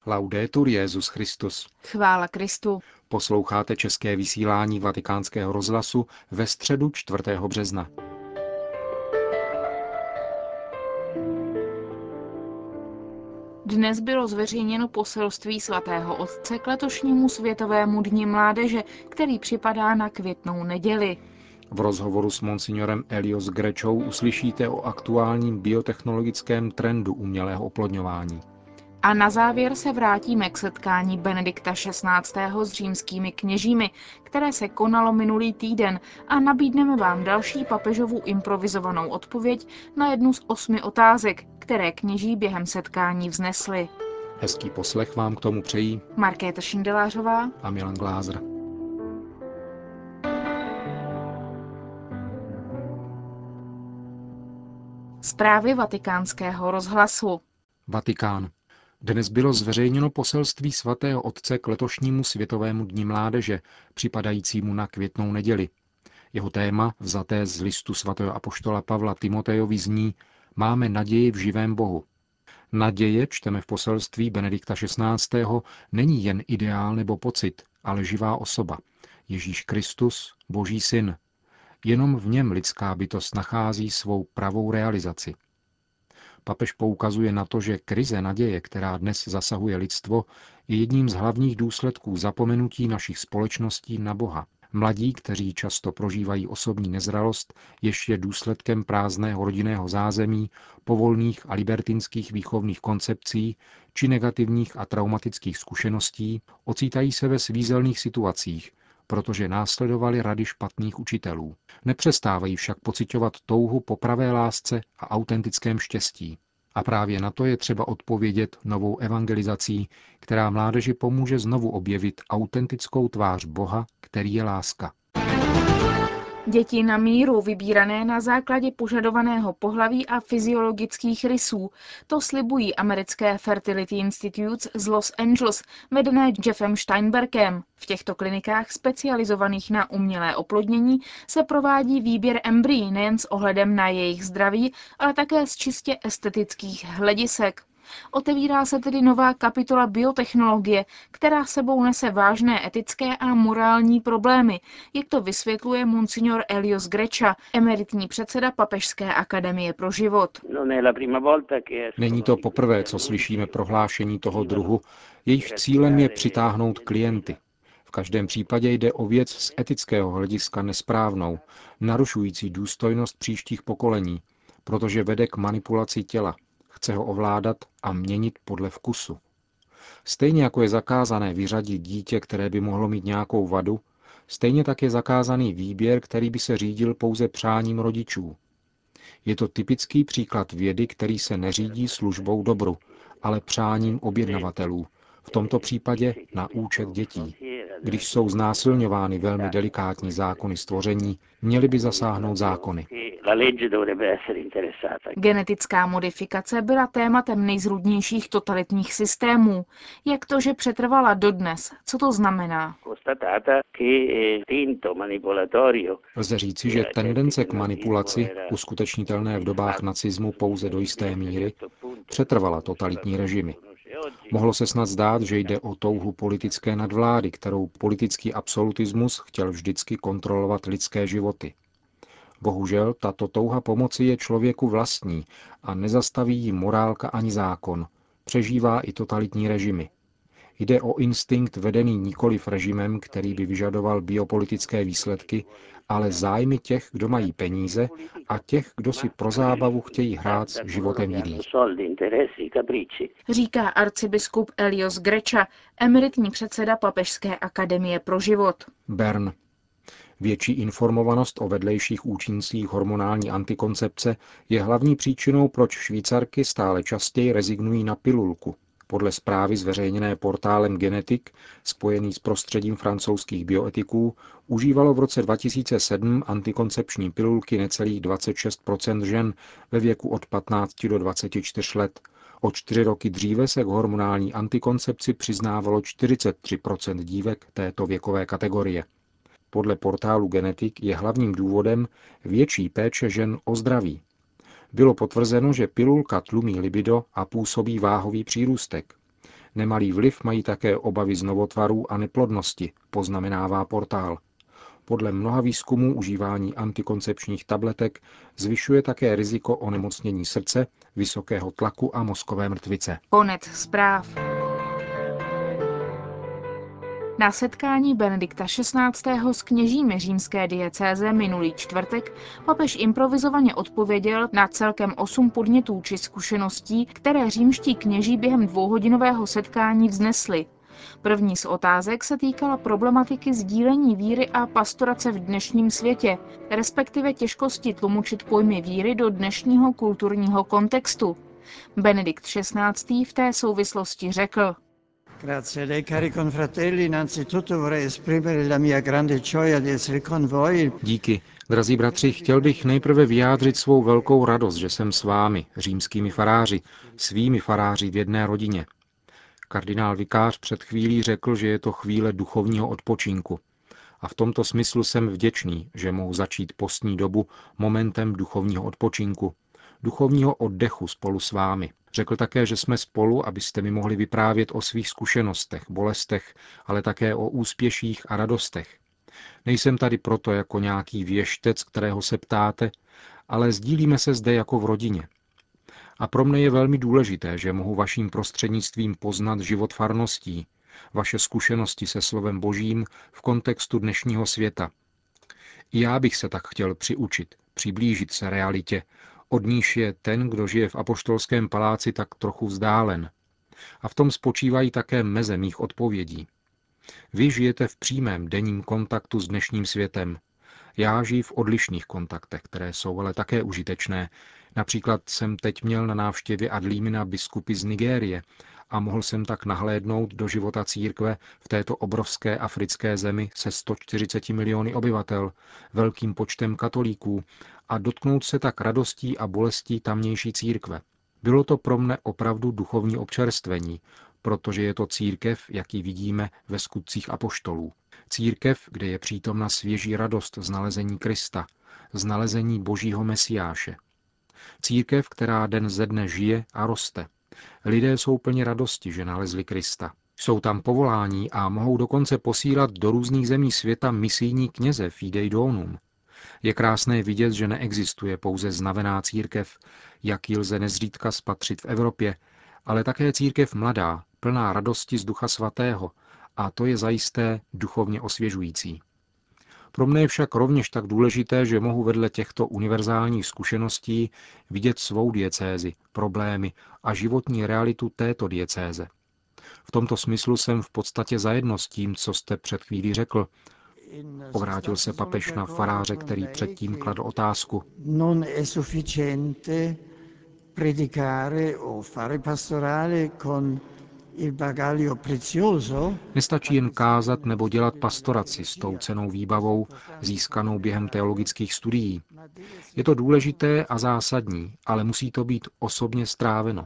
Laudetur Jesus Christus. Chvála Kristu. Posloucháte české vysílání Vatikánského rozhlasu ve středu 4. března. Dnes bylo zveřejněno poselství svatého otce k letošnímu Světovému dni mládeže, který připadá na Květnou neděli. V rozhovoru s monsignorem Elios Grečou uslyšíte o aktuálním biotechnologickém trendu umělého oplodňování. A na závěr se vrátíme k setkání Benedikta XVI. S římskými kněžími, které se konalo minulý týden, a nabídneme vám další papežovu improvizovanou odpověď na jednu z 8 otázek, které kněží během setkání vznesli. Hezký poslech vám k tomu přejí Markéta Šindelářová a Milan Glázer. Zprávy Vatikánského rozhlasu. Vatikán. Dnes bylo zveřejněno poselství svatého otce k letošnímu Světovému dni mládeže, připadajícímu na Květnou neděli. Jeho téma, vzaté z listu svatého apoštola Pavla Timotejovi, zní: Máme naději v živém Bohu. Naděje, čteme v poselství Benedikta XVI., není jen ideál nebo pocit, ale živá osoba. Ježíš Kristus, Boží syn. Jenom v něm lidská bytost nachází svou pravou realizaci. Papež poukazuje na to, že krize naděje, která dnes zasahuje lidstvo, je jedním z hlavních důsledků zapomenutí našich společností na Boha. Mladí, kteří často prožívají osobní nezralost, jež je důsledkem prázdného rodinného zázemí, povolných a libertinských výchovných koncepcí či negativních a traumatických zkušeností, ocitají se ve svízelných situacích, protože následovali rady špatných učitelů. Nepřestávají však pociťovat touhu po pravé lásce a autentickém štěstí. A právě na to je třeba odpovědět novou evangelizací, která mládeži pomůže znovu objevit autentickou tvář Boha, který je láska. Děti na míru, vybírané na základě požadovaného pohlaví a fyziologických rysů. To slibují americké Fertility Institutes z Los Angeles, vedené Jeffem Steinbergem. V těchto klinikách specializovaných na umělé oplodnění se provádí výběr embryí nejen s ohledem na jejich zdraví, ale také z čistě estetických hledisek. Otevírá se tedy nová kapitola biotechnologie, která sebou nese vážné etické a morální problémy, jak to vysvětluje monsignor Elios Greča, emeritní předseda Papežské akademie pro život. Není to poprvé, co slyšíme prohlášení toho druhu, jejichž cílem je přitáhnout klienty. V každém případě jde o věc z etického hlediska nesprávnou, narušující důstojnost příštích pokolení, protože vede k manipulaci těla, chce ho ovládat a měnit podle vkusu. Stejně jako je zakázané vyřadit dítě, které by mohlo mít nějakou vadu, stejně tak je zakázaný výběr, který by se řídil pouze přáním rodičů. Je to typický příklad vědy, který se neřídí službou dobru, ale přáním objednavatelů, v tomto případě na účet dětí. Když jsou znásilňovány velmi delikátní zákony stvoření, měly by zasáhnout zákony. Genetická modifikace byla tématem nejzrůdnějších totalitních systémů. Jak to, že přetrvala dodnes? Co to znamená? Lze říci, že tendence k manipulaci, uskutečnitelné v dobách nacismu pouze do jisté míry, přetrvala totalitní režimy. Mohlo se snad zdát, že jde o touhu politické nadvlády, kterou politický absolutismus chtěl vždycky kontrolovat lidské životy. Bohužel tato touha pomoci je člověku vlastní a nezastaví ji morálka ani zákon. Přežívá i totalitní režimy. Jde o instinkt vedený nikoliv režimem, který by vyžadoval biopolitické výsledky, ale zájmy těch, kdo mají peníze a těch, kdo si pro zábavu chtějí hrát s životem jiných. Říká arcibiskup Elios Greča, emeritní předseda Papežské akademie pro život. Bern. Větší informovanost o vedlejších účincích hormonální antikoncepce je hlavní příčinou, proč Švýcarky stále častěji rezignují na pilulku. Podle zprávy zveřejněné portálem Genetic, spojený s prostředím francouzských bioetiků, užívalo v roce 2007 antikoncepční pilulky necelých 26% žen ve věku od 15 do 24 let. O 4 roky dříve se k hormonální antikoncepci přiznávalo 43% dívek této věkové kategorie. Podle portálu Genetic je hlavním důvodem větší péče žen o zdraví. Bylo potvrzeno, že pilulka tlumí libido a působí váhový přírůstek. Nemalý vliv mají také obavy z novotvarů a neplodnosti, poznamenává portál. Podle mnoha výzkumů užívání antikoncepčních tabletek zvyšuje také riziko onemocnění srdce, vysokého tlaku a mozkové mrtvice. Konec zpráv. Na setkání Benedikta XVI. S kněžími římské diecéze minulý čtvrtek papež improvizovaně odpověděl na celkem 8 podnětů či zkušeností, které římští kněží během dvouhodinového setkání vznesli. První z otázek se týkala problematiky sdílení víry a pastorace v dnešním světě, respektive těžkosti tlumočit pojmy víry do dnešního kulturního kontextu. Benedikt XVI. V té souvislosti řekl: Grazie a lei, cari confratelli. Innanzitutto vorrei esprimere la mia grande gioia di essere con voi. Díky, drazí bratři, chtěl bych nejprve vyjádřit svou velkou radost, že jsem s vámi, římskými faráři, svými faráři v jedné rodině. Kardinál vikář před chvílí řekl, že je to chvíle duchovního odpočinku. A v tomto smyslu jsem vděčný, že mohu začít postní dobu momentem duchovního odpočinku, duchovního oddechu spolu s vámi. Řekl také, že jsme spolu, abyste mi mohli vyprávět o svých zkušenostech, bolestech, ale také o úspěších a radostech. Nejsem tady proto jako nějaký věštec, kterého se ptáte, ale sdílíme se zde jako v rodině. A pro mne je velmi důležité, že mohu vaším prostřednictvím poznat život farností, vaše zkušenosti se slovem Božím v kontextu dnešního světa. I já bych se tak chtěl přiučit, přiblížit se realitě, od níž je ten, kdo žije v apoštolském paláci, tak trochu vzdálen. A v tom spočívají také meze mých odpovědí. Vy žijete v přímém denním kontaktu s dnešním světem. Já žiji v odlišných kontaktech, které jsou ale také užitečné. Například jsem teď měl na návštěvě Adlímina biskupy z Nigérie a mohl jsem tak nahlédnout do života církve v této obrovské africké zemi se 140 miliony obyvatel, velkým počtem katolíků a dotknout se tak radostí a bolestí tamnější církve. Bylo to pro mne opravdu duchovní občerstvení, protože je to církev, jak ji vidíme ve skutcích apoštolů. Církev, kde je přítomna svěží radost z nalezení Krista, z nalezení Božího Mesiáše. Církev, která den ze dne žije a roste. Lidé jsou plni radosti, že nalezli Krista. Jsou tam povolání a mohou dokonce posílat do různých zemí světa misijní kněze Fidei Donum. Je krásné vidět, že neexistuje pouze znavená církev, jak ji lze nezřídka spatřit v Evropě, ale také církev mladá, plná radosti z Ducha Svatého, a to je zajisté duchovně osvěžující. Pro mne je však rovněž tak důležité, že mohu vedle těchto univerzálních zkušeností vidět svou diecézi, problémy a životní realitu této diecéze. V tomto smyslu jsem v podstatě zajedno s tím, co jste před chvílí řekl. Obrátil se papež na faráře, který předtím kladl otázku. Non è sufficiente predicare o fare pastorale con il bagaglio prezioso. Nestačí jen kázat nebo dělat pastoraci s tou cennou výbavou, získanou během teologických studií. Je to důležité a zásadní, ale musí to být osobně stráveno.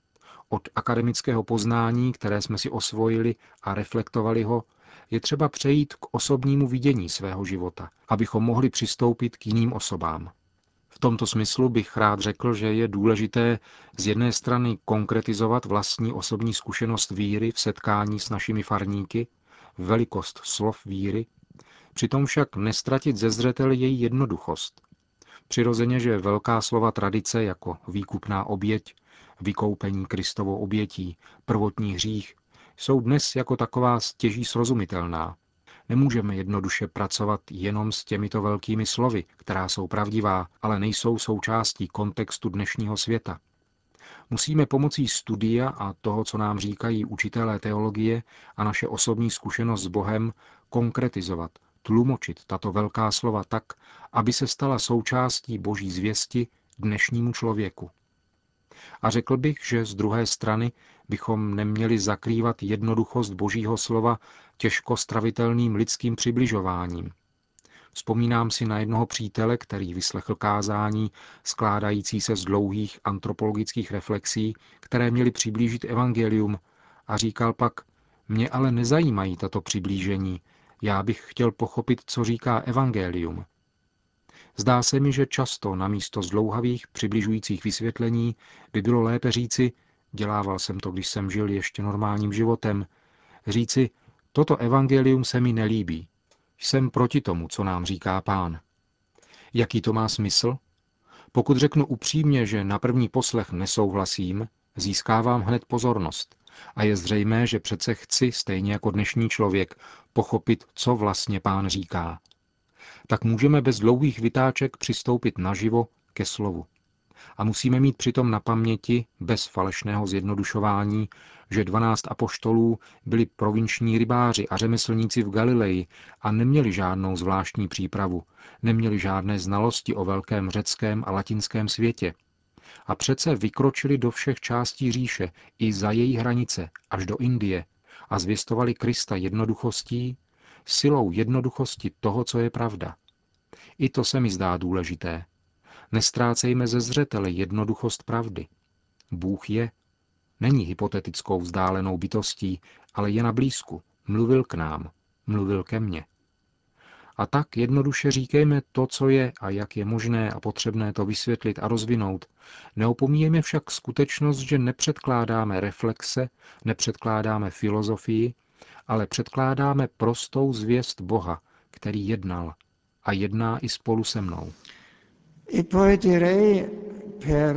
Od akademického poznání, které jsme si osvojili a reflektovali ho, je třeba přejít k osobnímu vidění svého života, abychom mohli přistoupit k jiným osobám. V tomto smyslu bych rád řekl, že je důležité z jedné strany konkretizovat vlastní osobní zkušenost víry v setkání s našimi farníky, velikost slov víry, přitom však nestratit ze zřetele její jednoduchost. Přirozeně, že velká slova tradice jako výkupná oběť, vykoupení Kristovou obětí, prvotní hřích, jsou dnes jako taková stěží srozumitelná. Nemůžeme jednoduše pracovat jenom s těmito velkými slovy, která jsou pravdivá, ale nejsou součástí kontextu dnešního světa. Musíme pomocí studia a toho, co nám říkají učitelé teologie a naše osobní zkušenost s Bohem, konkretizovat, tlumočit tato velká slova tak, aby se stala součástí Boží zvěsti dnešnímu člověku. A řekl bych, že z druhé strany bychom neměli zakrývat jednoduchost Božího slova těžko stravitelným lidským přibližováním. Vzpomínám si na jednoho přítele, který vyslechl kázání skládající se z dlouhých antropologických reflexí, které měly přiblížit evangelium, a říkal pak: mě ale nezajímají tato přiblížení, já bych chtěl pochopit, co říká evangelium. Zdá se mi, že často namísto zdlouhavých přibližujících vysvětlení by bylo lépe říci: dělával jsem to, když jsem žil ještě normálním životem, říci, toto evangelium se mi nelíbí, jsem proti tomu, co nám říká Pán. Jaký to má smysl? Pokud řeknu upřímně, že na první poslech nesouhlasím, získávám hned pozornost. A je zřejmé, že přece chci, stejně jako dnešní člověk, pochopit, co vlastně Pán říká. Tak můžeme bez dlouhých vytáček přistoupit naživo ke slovu. A musíme mít přitom na paměti, bez falešného zjednodušování, že 12 apoštolů byli provinční rybáři a řemeslníci v Galileji a neměli žádnou zvláštní přípravu, neměli žádné znalosti o velkém řeckém a latinském světě. A přece vykročili do všech částí říše, i za její hranice, až do Indie, a zvěstovali Krista jednoduchostí, silou jednoduchosti toho, co je pravda. I to se mi zdá důležité. Nestrácejme ze zřetele jednoduchost pravdy. Bůh není hypotetickou vzdálenou bytostí, ale je na blízku, mluvil k nám, mluvil ke mně. A tak jednoduše říkejme to, co je a jak je možné a potřebné to vysvětlit a rozvinout. Neopomíjeme však skutečnost, že nepředkládáme reflexe, nepředkládáme filozofii, ale předkládáme prostou zvěst Boha, který jednal a jedná i spolu se mnou. E poi direi per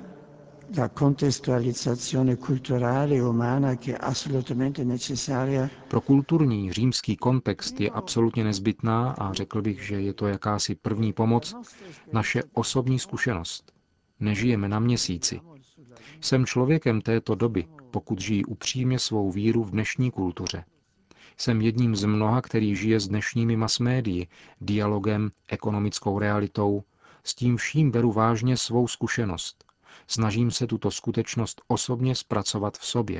la contestualizzazione culturale e umana che è assolutamente necessaria. Pro kulturní římský kontext je absolutně nezbytná a řekl bych, že je to jakási první pomoc, naše osobní zkušenost. Nežijeme na Měsíci. Jsem člověkem této doby, pokud žijí upřímně svou víru v dnešní kultuře. Jsem jedním z mnoha, který žije s dnešními masmédii, dialogem, ekonomickou realitou. S tím vším beru vážně svou zkušenost. Snažím se tuto skutečnost osobně zpracovat v sobě.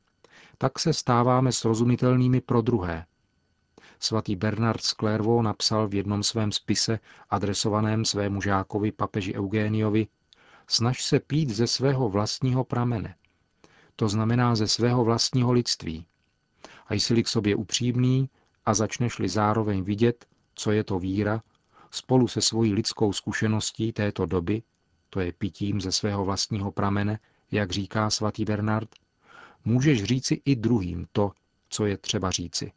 Tak se stáváme srozumitelnými pro druhé. Svatý Bernard z Clairvaux napsal v jednom svém spise, adresovaném svému žákovi papeži Eugéniovi, snaž se pít ze svého vlastního pramene. To znamená ze svého vlastního lidství. A jsi-li k sobě upřímný a začneš-li zároveň vidět, co je to víra, spolu se svojí lidskou zkušeností této doby, to je pitím ze svého vlastního pramene, jak říká svatý Bernard, můžeš říci i druhým to, co je třeba říci.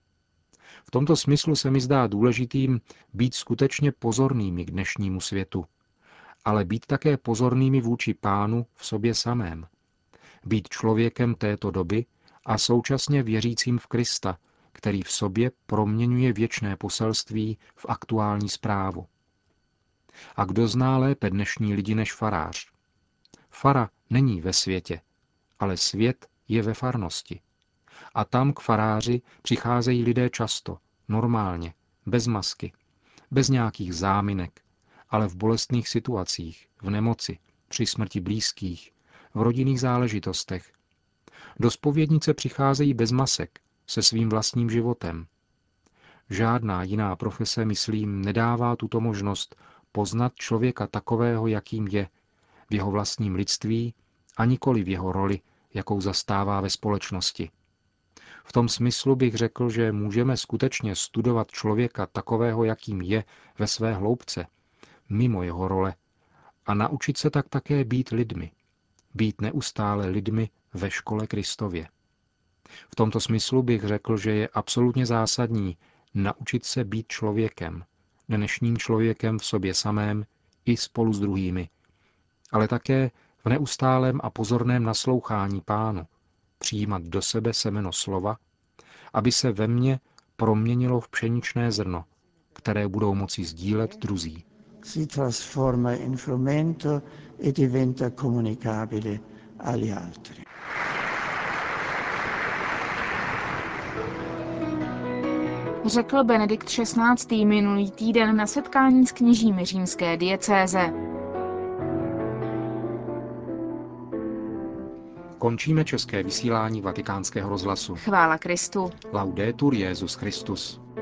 V tomto smyslu se mi zdá důležitým být skutečně pozornými k dnešnímu světu, ale být také pozornými vůči Pánu v sobě samém. Být člověkem této doby a současně věřícím v Krista, který v sobě proměňuje věčné poselství v aktuální zprávu. A kdo zná lépe dnešní lidi než farář? Fara není ve světě, ale svět je ve farnosti. A tam k faráři přicházejí lidé často, normálně, bez masky, bez nějakých záminek, ale v bolestných situacích, v nemoci, při smrti blízkých, v rodinných záležitostech. Do zpovědnice přicházejí bez masek, se svým vlastním životem. Žádná jiná profese, myslím, nedává tuto možnost poznat člověka takového, jakým je, v jeho vlastním lidství a nikoli v jeho roli, jakou zastává ve společnosti. V tom smyslu bych řekl, že můžeme skutečně studovat člověka takového, jakým je ve své hloubce, mimo jeho role, a naučit se tak také být lidmi. Být neustále lidmi ve škole Kristově. V tomto smyslu bych řekl, že je absolutně zásadní naučit se být člověkem, dnešním člověkem v sobě samém i spolu s druhými, ale také v neustálém a pozorném naslouchání Pánu, přijímat do sebe semeno slova, aby se ve mně proměnilo v pšeničné zrno, které budou moci sdílet druzí. Si trasforma in frumento e diventa comunicabile agli altri. Řekl Benedikt XVI. Minulý týden na setkání s kněžími římské diecéze. Končíme české vysílání Vatikánského rozhlasu. Chvála Kristu. Laudetur Jesus Christus.